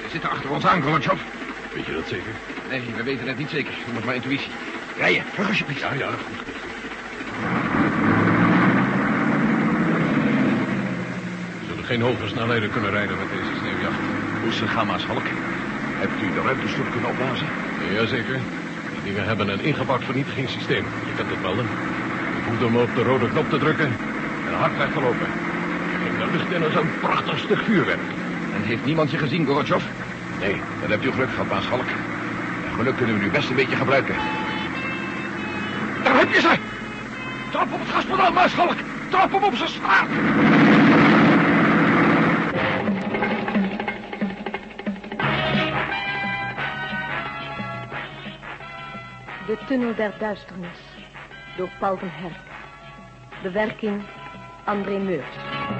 Ze zitten achter ons aan, Gorbachev. Weet je dat zeker? Nee, we weten het niet zeker. Noem het maar intuïtie. Rijden, terug alsjeblieft. Ja, goed. We zullen geen hoge snelheden kunnen rijden met deze sneeuwjacht. Hoe is het gaan, Maarschalk? Hebt u de ruimtestoep kunnen opblazen? Jazeker. Die dingen hebben een ingebouwd vernietigingssysteem. Je kent het wel, hè? Ik hoefde hem op de rode knop te drukken en hard weg te lopen. Je ging de lucht in als een prachtig stuk vuurwerk. En heeft niemand je gezien, Gorbachev? Nee, dan hebt u geluk gehad, Maarschalk. En geluk kunnen we nu best een beetje gebruiken. Daar heb je ze! Trap op het gaspedaal, Maarschalk! Trap hem op zijn staart! De Tunnel der Duisternis, door Paul van Herk. Bewerking André Meurs.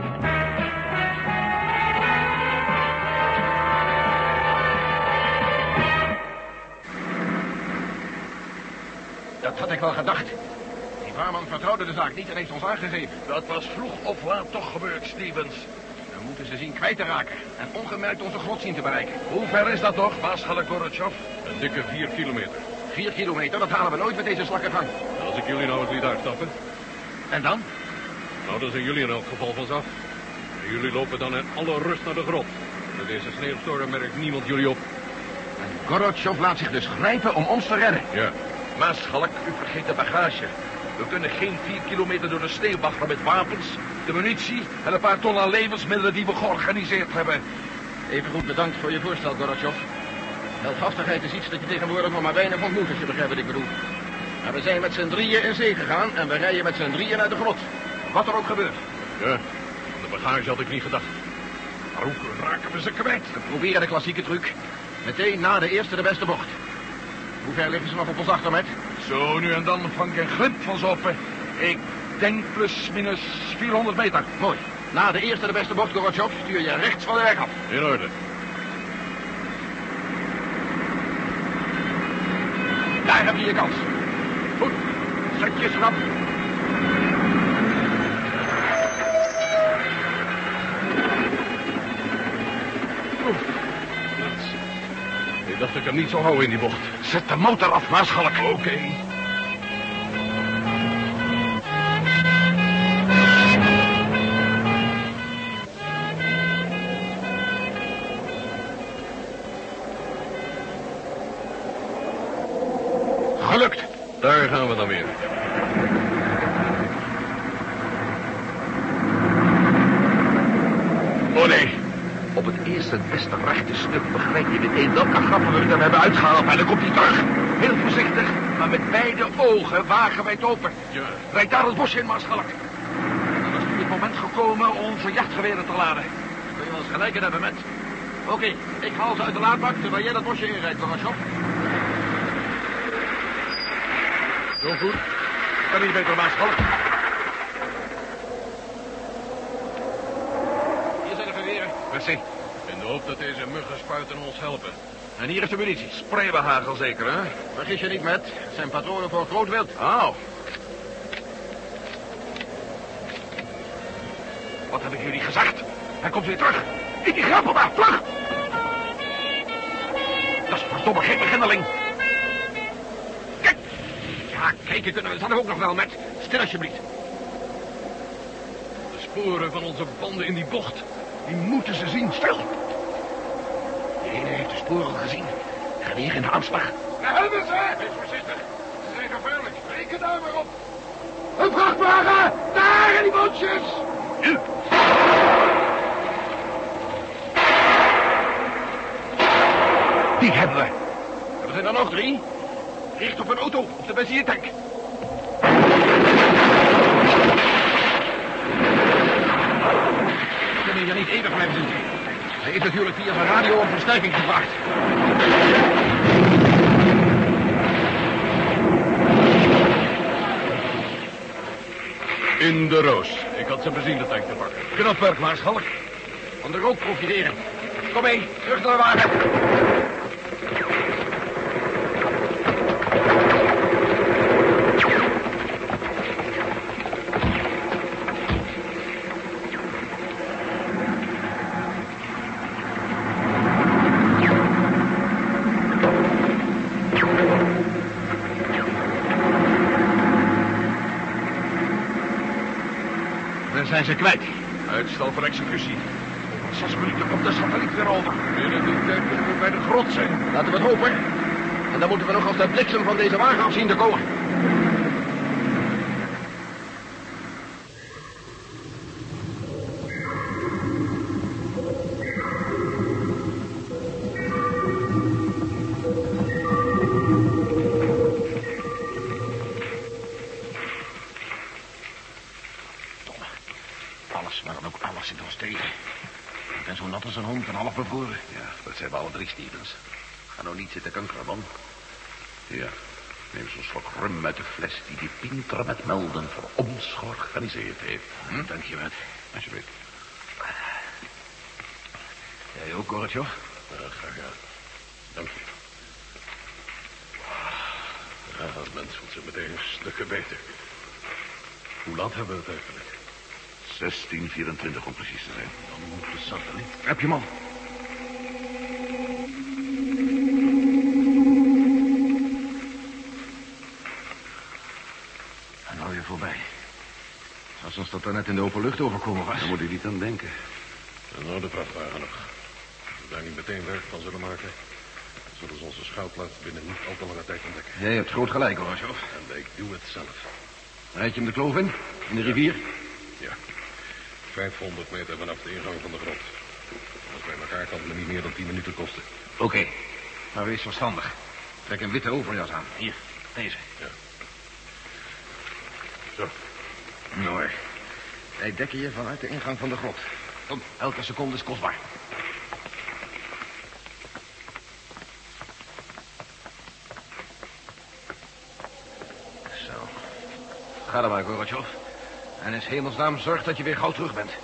Dat had ik wel gedacht. Die vaarman vertrouwde de zaak niet en heeft ons aangegeven. Dat was vroeg of laat toch gebeurd, Stevens. We moeten ze zien kwijt te raken en ongemerkt onze grot zien te bereiken. Hoe ver is dat nog, Maarschalk Gorbachev? Een dikke 4 kilometer. 4 kilometer, dat halen we nooit met deze slakkengang. Als ik jullie nou eens liet uitstappen, En dan? nou dan zijn jullie in elk geval vanaf. En jullie lopen dan in alle rust naar de grot. Met deze sneeuwstorm merkt niemand jullie op. En Gorbachev laat zich dus grijpen om ons te redden. Ja. Maarschalk, u vergeet de bagage. We kunnen geen 4 kilometer door de sneeuw waggelen met wapens, de munitie en een paar ton aan levensmiddelen die we georganiseerd hebben. Even goed bedankt voor je voorstel, Gorbachev. Heldhaftigheid is iets dat je tegenwoordig nog maar weinig ontmoet, als je begrijpt wat ik bedoel. Maar we zijn met z'n drieën in zee gegaan en we rijden met z'n drieën naar de grot. Wat er ook gebeurt. Ja, aan de bagage had ik niet gedacht. Maar hoe raken we ze kwijt? We proberen de klassieke truc. Meteen na de eerste de beste bocht. Hoe ver liggen ze nog op ons achtermet? Zo nu en dan vang ik een glimp van ze op. Ik denk plus minus 400 meter. Mooi. Na de eerste de beste bocht, Gorbachev, stuur je rechts van de weg af. In orde. Daar heb je je kans. Goed. Zet je schrap. Ik dacht ik hem niet zou houden in die bocht. Zet de motor af, Maarschalk. Oké. Gelukt. Daar gaan we dan weer. Oh nee. Op het eerste het beste rechte stuk begrijp je meteen welke grappen we er hebben uitgehaald. En dan komt hij terug. Heel voorzichtig, maar met beide ogen wagenwijd open. Ja. Rijd daar het bos in, Maarschalk. Dan is nu het moment gekomen onze jachtgeweren te laden. Kun je wel eens gelijk in hebben met... Oké, ik haal ze uit de laadbak terwijl jij dat bosje inrijdt, Gorbachev. Zo goed. Kan niet beter, Maarschalk. Hier zijn de geweren. Merci. In de hoop dat deze muggenspuiten ons helpen. En hier is de munitie. Spraybehagel zeker, hè? Vergis je niet met. Het zijn patronen voor groot wild. Oh. Wat heb ik jullie gezegd? Hij komt weer terug. In die grappelbaan, terug! Dat is verdomme geen beginneling. Kijk! Ja, kijken kunnen we zelf ook nog wel met. Stil alsjeblieft. De sporen van onze banden in die bocht. Die moeten ze zien, stil. De ene heeft de sporen al gezien. Ga weer in de aanslag. We hebben ze! Wees voorzichtig. Ze zijn gevaarlijk. Reken daar maar op. Een vrachtwagen! Daar in die bootjes! Nu! Die hebben we. Er zijn er nog 3. Richt op een auto, op de benzinetank. We kunnen hier niet eeuwig blijven zitten. Hij heeft natuurlijk via zijn radio om versterking gevraagd. In de roos. Ik had zijn benzinetank te pakken. Knap werk, Maarschalk. Van de rook profiteren. Kom mee, terug naar de wagen. ze kwijt. Uitstel voor executie. Over 6 minuten komt de satelliet weer over. Binnen die tijd moeten we bij de grot zijn. Laten we het hopen. En dan moeten we nog als de bliksem van deze wagen af zien te komen. Alles, maar dan ook alles zit ons tegen. Ik ben zo nat als een hond en half bevroren. Ja, dat zijn we alle 3, Stevens. Ga nou niet zitten kankeren, man. Ja, neem zo'n slok rum uit de fles die Pinter met Melden voor ons georganiseerd heeft. Dank je, Matt. Alsjeblieft. Jij ook, Gorbachev? Graag gedaan. Dank je. Ja, het mens voelt zich meteen stukken beter. Hoe laat hebben we het eigenlijk? 16:24 om precies te zijn. Dan moet de satelliet... Heb je man? En nou weer voorbij. Zoals ons dat er net in de open lucht overkomen was. Daar moet u niet aan denken. En nou de vrachtwagen nog. Als we daar niet meteen werk van zullen maken... zullen ze onze schuilplaats binnen niet al te lange tijd ontdekken. Jij hebt groot gelijk, Gorbachev. En ik doe het zelf. Rijd je hem de kloof in de rivier? Ja. 500 meter vanaf de ingang van de grot. Als bij elkaar kan het me niet meer dan 10 minuten kosten. Oké. Maar wees verstandig. Trek een witte overjas aan. Hier, deze. Ja. Zo. Nou, wij dekken je vanuit de ingang van de grot. Kom, elke seconde is kostbaar. Zo. Ga dan maar, Gorbachev. En in 's hemelsnaam zorg dat je weer gauw terug bent.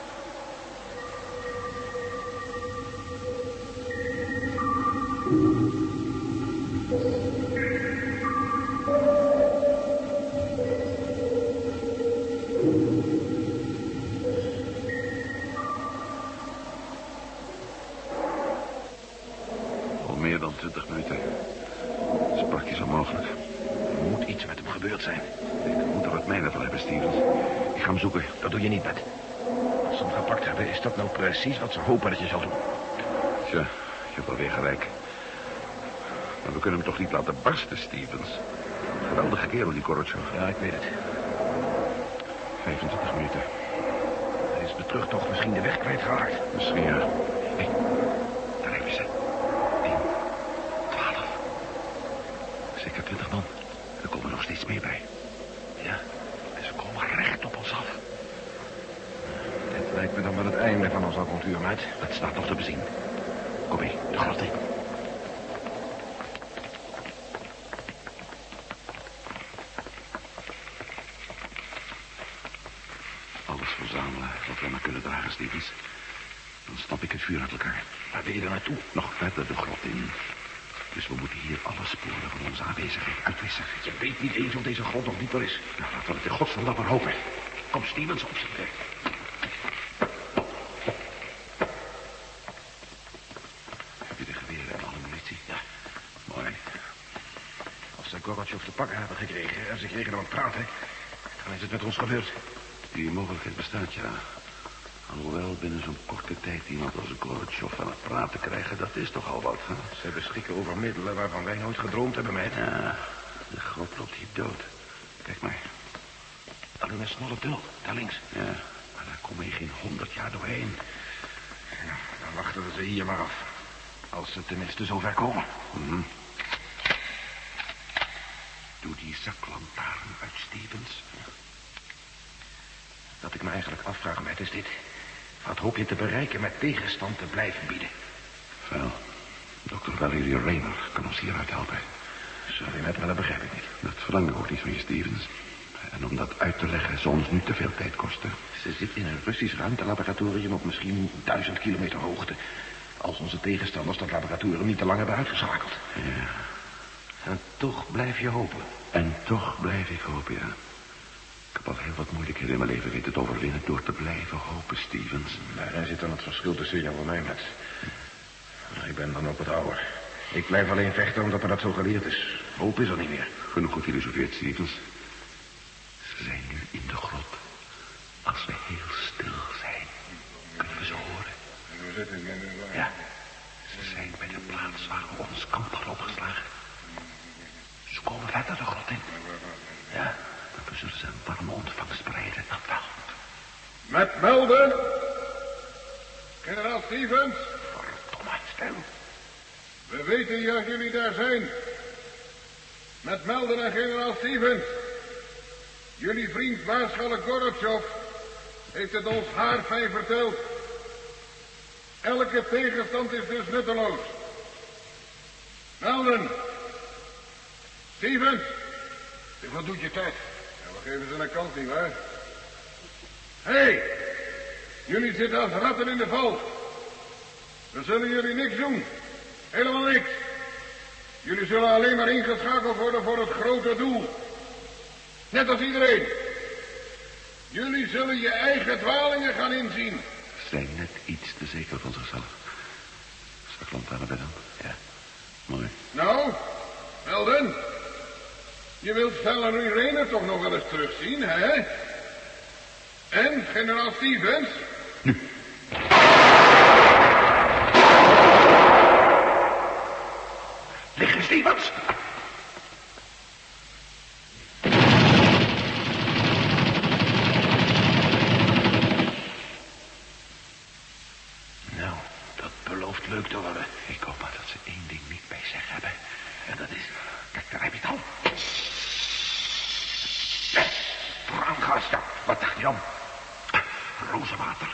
Al meer dan 20 minuten. Dat is praktisch onmogelijk. Er moet iets met hem gebeurd zijn. Ik moet er wat mijnen van hebben, Stevens. Ik ga hem zoeken. Dat doe je niet, Matt. Als ze hem gepakt hebben, is dat nou precies wat ze hopen dat je zal doen. Tja, je hebt alweer gelijk. Maar we kunnen hem toch niet laten barsten, Stevens. Geweldige kerel, die Gorbachev. Ja, ik weet het. 25 minuten. Hij is de terugtocht misschien de weg kwijtgeraakt. Misschien, ja. Hé, daar hebben ze. 1, 12. Zeker 20 man. Er komen nog steeds meer bij. Ja. En ze komen recht op ons af. Dit lijkt me dan wel het einde van ons avontuur, Matt. Dat staat nog te bezien. Kom mee, de grot in. Alles verzamelen wat we maar kunnen dragen, Stevens. Dan snap ik het vuur uit elkaar. Waar wil je er naartoe? Nog verder de grot in. Dus we moeten hier alle sporen van onze aanwezigheid uitwissen. Je weet niet eens of deze grot nog dieper is. Nou, laten we het in godsnaam maar hopen. Kom, Stevens, op zijn werk. Heb je de geweren en alle munitie? Ja. Mooi. Als ze Gorbachev te pakken hebben gekregen en ze kregen aan het praten, dan is het met ons gebeurd. Die mogelijkheid bestaat, ja. Alhoewel binnen zo'n korte tijd iemand als Gorbachev aan het praten krijgen, dat is toch al wat, hè? Ze beschikken over middelen waarvan wij nooit gedroomd hebben, Matt. Ja, de grot loopt hier dood. Kijk maar. Alleen een smalle tunnel, daar links. Ja, maar daar kom je geen 100 jaar doorheen. Ja, dan wachten we ze hier maar af. Als ze tenminste zover komen. Doe die zaklantaarn uit, Stevens. Wat ik me eigenlijk afvraag, Matt, is dit. Wat hoop je te bereiken met tegenstand te blijven bieden? Wel, Dr. Valerie Rayner kan ons hieruit helpen. Sorry, Matt, maar dat begrijp ik niet. Dat verlang ik ook niet van je, Stevens. En om dat uit te leggen zal ons nu te veel tijd kosten. Ze zit in een Russisch ruimtelaboratorium op misschien 1000 kilometer hoogte. Als onze tegenstanders dat laboratorium niet te lang hebben uitgeschakeld. Ja. En toch blijf je hopen. En toch blijf ik hopen, ja. Ik heb al heel wat moeilijkheden in mijn leven weten te overwinnen door te blijven hopen, Stevens. Daar zit dan het verschil tussen jou en mij, Matt. Ik ben dan ook wat ouder. Ik blijf alleen vechten omdat me dat zo geleerd is. Hoop is er niet meer. Genoeg gefilosofeerd, Stevens. Ze zijn nu in de grot. Als we heel Ja, ze zijn bij de plaats waar we ons kamp hadden opgeslagen. Ze komen verder de grot in. Ja, dan zullen ze een warme ontvangst bereiden, dat wel. Met melden. Generaal Stevens. Verdomme, stil. We weten ja dat jullie daar zijn. Met melden aan generaal Stevens. Jullie vriend maarschalk Gorotjov heeft het ons haarfijn verteld. Elke tegenstand is dus nutteloos. Melden. Stevens. Wat doet je tijd? Ja, we geven ze een kans, nietwaar? Hé, jullie zitten als ratten in de val. We zullen jullie niks doen. Helemaal niks. Jullie zullen alleen maar ingeschakeld worden voor het grote doel. Net als iedereen. Jullie zullen je eigen dwalingen gaan inzien. Ze zijn net iets te zeker van zichzelf. Straks aan bij dan. Ja, mooi. Nou, Melden. Je wilt Stella en Irene toch nog wel eens terugzien, hè? En, generaal Stevens? Nu. Liggen, Stevens! Nou, dat belooft leuk te worden. Ik hoop maar dat ze één ding niet bij zich hebben. En dat is... Kijk, daar heb je het al. Traangas, ja. Wat dacht je dan? Rozenwater.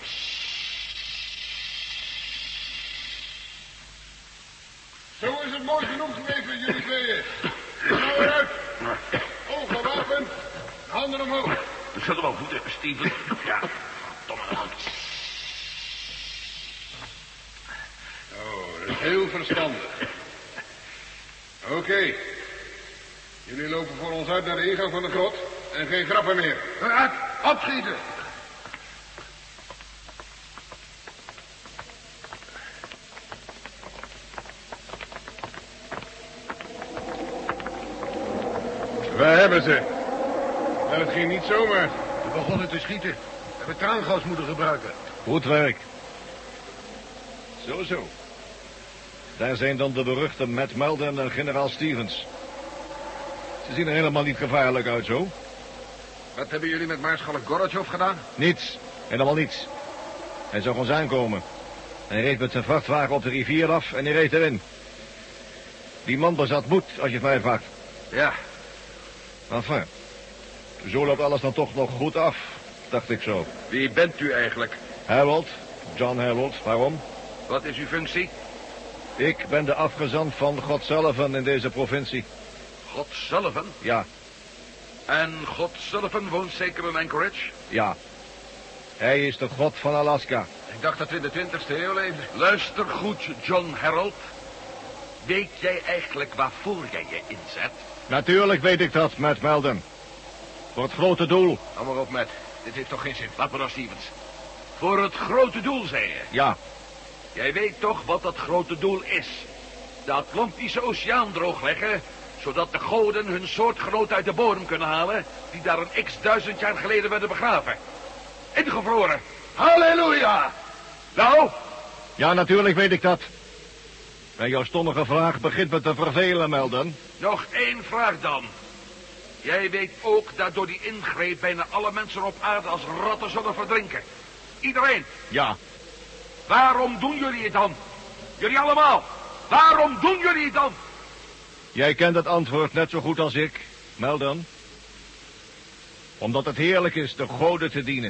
Zo is het mooi genoeg geweest met jullie tweeën. Nou eruit. Ogen gewapend. Handen omhoog. We zullen wel voeden, Steven. Ja, domme hand. Oh, dat is heel verstandig. Oké. Jullie lopen voor ons uit naar de ingang van de grot. En geen grappen meer. Vooruit, opschieten. Waar hebben ze? Nou, het ging niet zomaar. We begonnen te schieten. We hebben traangas moeten gebruiken. Goed werk. Zo. Daar zijn dan de beruchte Matt Melden en generaal Stevens. Ze zien er helemaal niet gevaarlijk uit, zo. Wat hebben jullie met maarschalk Gorotjov gedaan? Niets. Helemaal niets. Hij zou ons aankomen. Hij reed met zijn vrachtwagen op de rivier af en hij reed erin. Die man bezat moed, als je het mij vraagt. Ja. Enfin, zo loopt alles dan toch nog goed af, dacht ik zo. Wie bent u eigenlijk? Harold, John Harold, waarom? Wat is uw functie? Ik ben de afgezant van God Sullivan in deze provincie. God Sullivan? Ja, En God Sullivan woont zeker in Anchorage? ja. Hij is de god van Alaska. Ik dacht dat we in de 20e eeuw leefden. Luister goed, John Harold. Weet jij eigenlijk waarvoor jij je inzet? Natuurlijk weet ik dat, Matt Melden. Voor het grote doel. Hou maar op, Matt. Dit heeft toch geen zin? Laat me nou, Stevens. Voor het grote doel, zei je. Ja, Jij weet toch wat dat grote doel is? De Atlantische Oceaan droogleggen, zodat de goden hun soortgenoten uit de bodem kunnen halen, die daar een x-1000 jaar geleden werden begraven. Ingevroren. Halleluja! Nou? ja, natuurlijk weet ik dat. En jouw stommige vraag begint me te vervelen, Melden. Nog één vraag dan. Jij weet ook dat door die ingreep bijna alle mensen op aarde als ratten zullen verdrinken. Iedereen. Ja, Waarom doen jullie het dan? Jullie allemaal. Waarom doen jullie het dan? jij kent het antwoord net zo goed als ik, Melden. Omdat het heerlijk is de goden te dienen.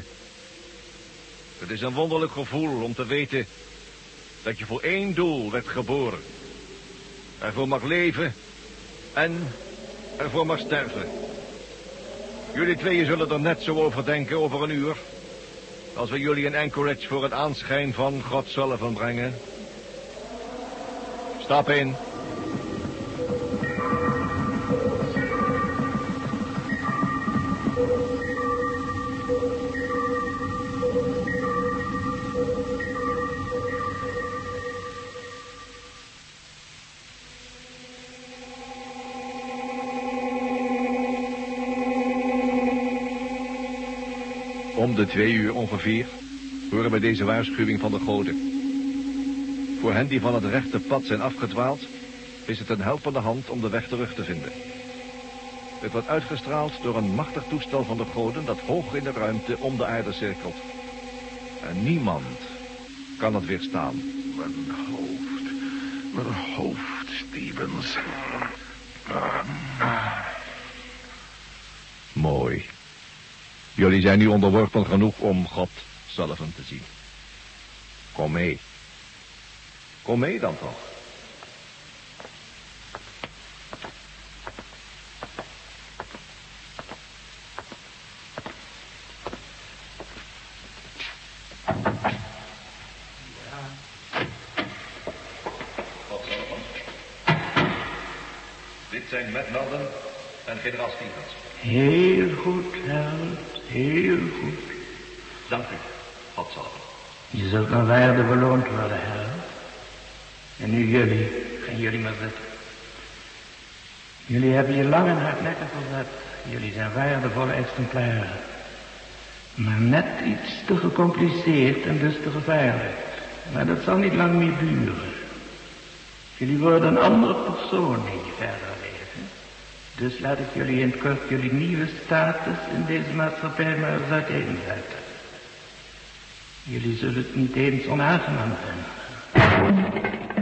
Het is een wonderlijk gevoel om te weten dat je voor één doel werd geboren. Ervoor mag leven en ervoor mag sterven. Jullie tweeën zullen er net zo over denken over een uur, als we jullie in Anchorage voor het aanschijn van God Sullivan brengen. Stap in. Om de 2 uur ongeveer horen we deze waarschuwing van de goden. Voor hen die van het rechte pad zijn afgedwaald, is het een helpende hand om de weg terug te vinden. Het wordt uitgestraald door een machtig toestel van de goden dat hoog in de ruimte om de aarde cirkelt. En niemand kan het weerstaan. Mijn hoofd, Stevens. Mooi. Jullie zijn nu onderworpen genoeg om God zelf te zien. Kom mee. Kom mee dan toch. Dit zijn Matt Melden en generaal Stevens. Heel goed, Harold. Heel goed. Dank u, God zalven. Je zult naar waarde beloond worden, Harold. En nu jullie. Gaan jullie maar zitten. Jullie hebben je lang en hardnekkig verzet. Jullie zijn waardevolle exemplaren. Maar net iets te gecompliceerd en dus te gevaarlijk. Maar dat zal niet lang meer duren. Jullie worden een andere persoon in je verder leven. Dus laat ik jullie in het kort jullie nieuwe status in deze maatschappij maar eens uiteenzetten. Jullie zullen het niet eens onaangenaam vinden.